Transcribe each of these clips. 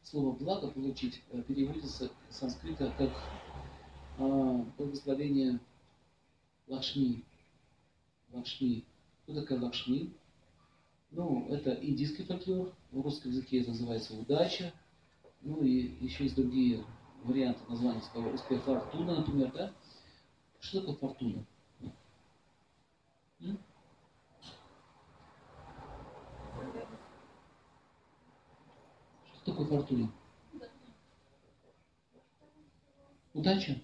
слово «благо» получить переводится с санскрита как благословение Лакшми. Лакшми. Кто такая Лакшми? Ну, это индийский фольклор. В русском языке это называется удача. Ну и еще есть другие варианты названия слова. Успех, фортуна, например, да? Что такое фортуна? Что такое фортуна? Удача?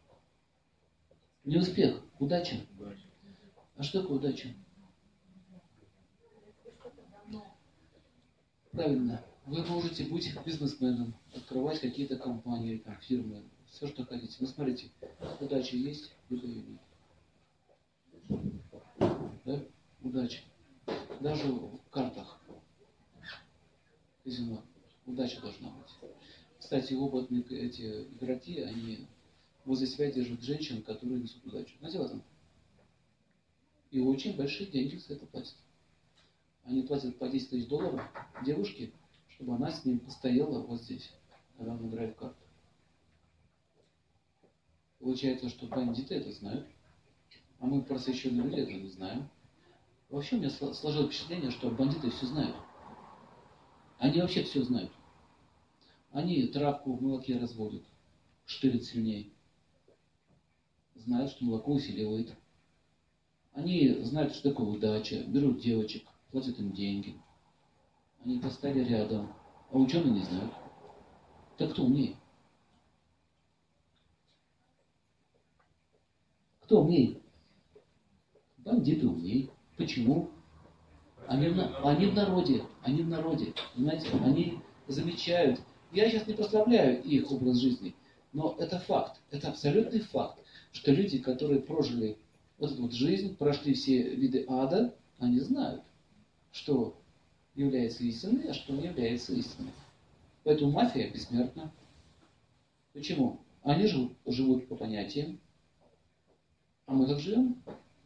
Не успех, удача. А что такое удача? Правильно. Вы можете быть бизнесменом, открывать какие-то компании, там, фирмы, все, что хотите. Но смотрите, удача есть, либо ее нет. Да? Удача. Даже в картах казино удача должна быть. Кстати, опытные эти игроки, они возле себя держат женщин, которые несут удачу. Знаете об этом? И очень большие деньги за это платят. Они платят по 10 тысяч долларов девушке, чтобы она с ним постояла вот здесь, когда он играет в карты. Получается, что бандиты это знают, а мы просвещенные люди этого не знаем. Вообще у меня сложилось впечатление, что бандиты все знают. Они вообще все знают. Они травку в молоке разводят, штырят сильнее. Знают, что молоко усиливает. Они знают, что такое удача, берут девочек, платят им деньги. Они поставили рядом, а ученые не знают. Так кто умнее? Кто умнее? Бандиты умнее. Почему? Они в народе, понимаете? Они замечают. Я сейчас не прославляю их образ жизни, но это факт, это абсолютный факт, что люди, которые прожили вот эту вот жизнь, прошли все виды ада, они знают, что является истиной, а что не является истиной. Поэтому мафия бессмертна. Почему? Они живут по понятиям, а мы как живем?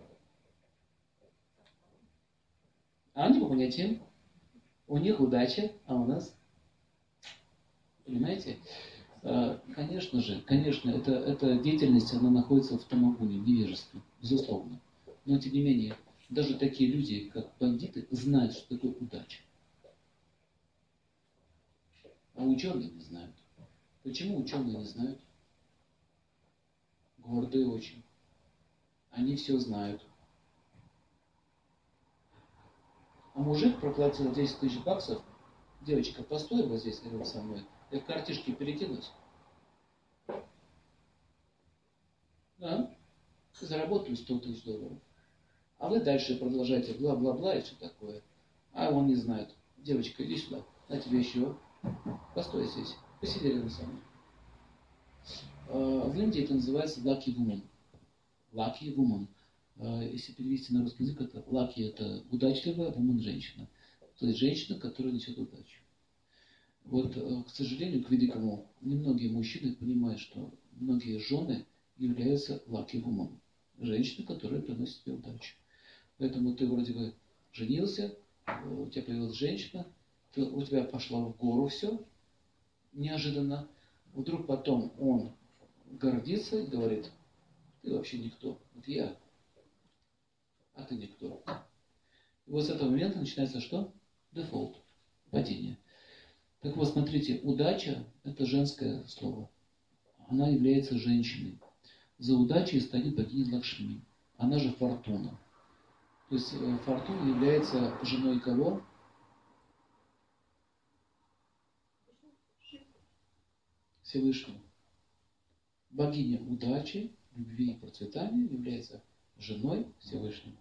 А они по понятиям. У них удача, а у нас... Понимаете? Конечно же, конечно, эта деятельность, она находится в тамагуне, в невежестве, безусловно. Но, тем не менее, даже такие люди, как бандиты, знают, что такое удача. А ученые не знают. Почему ученые не знают? Гордые очень. Они все знают. А мужик проплатил 10 тысяч баксов. Девочка, постой вот здесь рядом со мной. Я в картишке перекинусь. Да? Заработаю 100 тысяч долларов. А вы дальше продолжаете бла-бла-бла и все такое. А он не знает. Девочка, иди сюда. На тебе еще. Постой здесь. Посиди рядом со мной. В Индии это называется lucky woman. Lucky woman. Если перевести на русский язык, это lucky это удачливая, woman женщина. То есть женщина, которая несет удачу. Вот, к сожалению, к великому, немногие мужчины понимают, что многие жены являются lucky woman. Женщины, которые приносят тебе удачу. Поэтому ты вроде бы женился, у тебя появилась женщина, у тебя пошло в гору все, неожиданно. Вдруг потом он гордится и говорит, ты вообще никто, вот я, а ты никто. И вот с этого момента начинается что? Дефолт, падение. Так вот, смотрите, удача – это женское слово. Она является женщиной. За удачей стоит богиня Лакшми. Она же Фортуна. То есть Фортуна является женой кого? Всевышнего. Богиня удачи, любви и процветания является женой Всевышнего.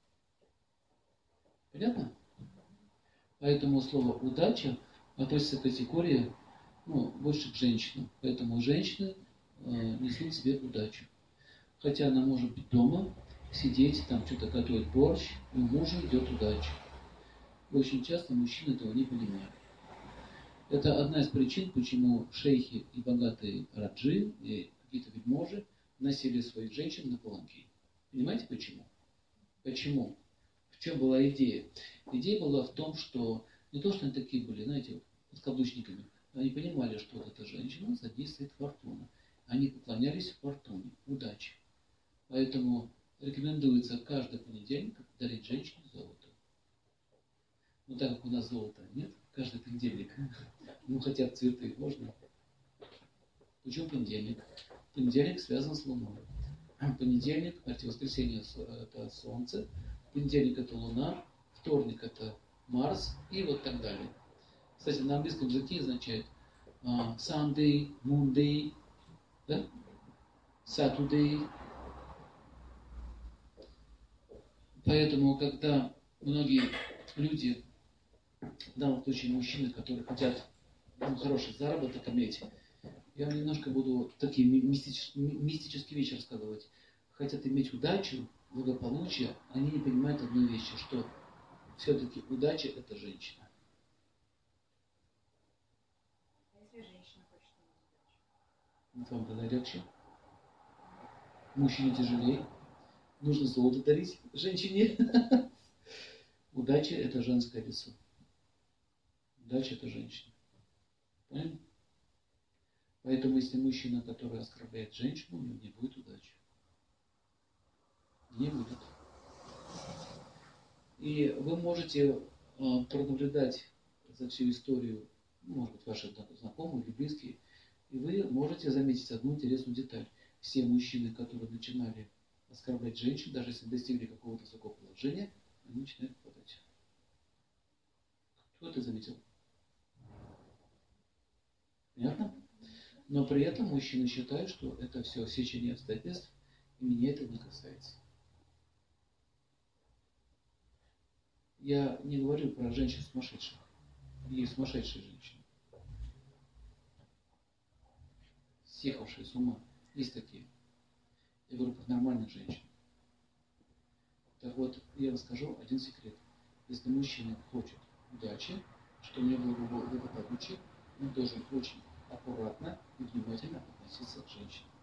Понятно? Поэтому слово «удача» относится к категории больше к женщинам. Поэтому женщины несут себе удачу. Хотя она может быть дома, сидеть, там что-то готовить борщ, и у мужа идет удача. И очень часто мужчины этого не понимают. Это одна из причин, почему шейхи и богатые раджи и какие-то вельможи носили своих женщин на паланкине. Понимаете почему? Почему? В чем была идея? Идея была в том, что не то, что они такие были, знаете, подкаблучниками, Они понимали, что вот эта женщина, за ней стоит фортуна. Они поклонялись фортуне, удаче. Поэтому рекомендуется каждый понедельник дарить женщине золото. Но так как у нас золота нет, каждый понедельник, ну хотя бы цветы можно. Почему понедельник? Понедельник связан с Луной. Понедельник, воскресенье это Солнце, понедельник это Луна, вторник это Марс и вот так далее. Кстати, на английском языке означает Sunday, Monday, да? Saturday. Поэтому, когда многие люди, в данном случае мужчины, которые хотят хороший заработок иметь, я вам немножко буду такие мистические вещи рассказывать. Хотят иметь удачу, благополучие, они не понимают одной вещи, что все-таки удача это женщина. А если женщина хочет иметь удачу? Вот вам тогда легче. Мужчине тяжелее. Нужно золото дарить женщине. Удача это женское лицо. Удача это женщина. Понятно? Поэтому, если мужчина, который оскорбляет женщину, у него не будет удачи. Не будет. И вы можете пронаблюдать за всю историю, может быть, ваши знакомые или близкие, и вы можете заметить одну интересную деталь. Все мужчины, которые начинали оскорблять женщин, даже если достигли какого-то высокого положения, они начинают падать. Кто это заметил? Понятно? Но при этом мужчины считают, что это все сечение обстоятельств, и меня это не касается. Я не говорю про женщин сумасшедших. Есть сумасшедшие женщины. Съехавшие с ума. Есть такие. Я говорю про нормальных женщин. Так вот, я расскажу один секрет. Если мужчина хочет удачи, что у него было благополучие, он должен очень аккуратно и внимательно относиться к женщине.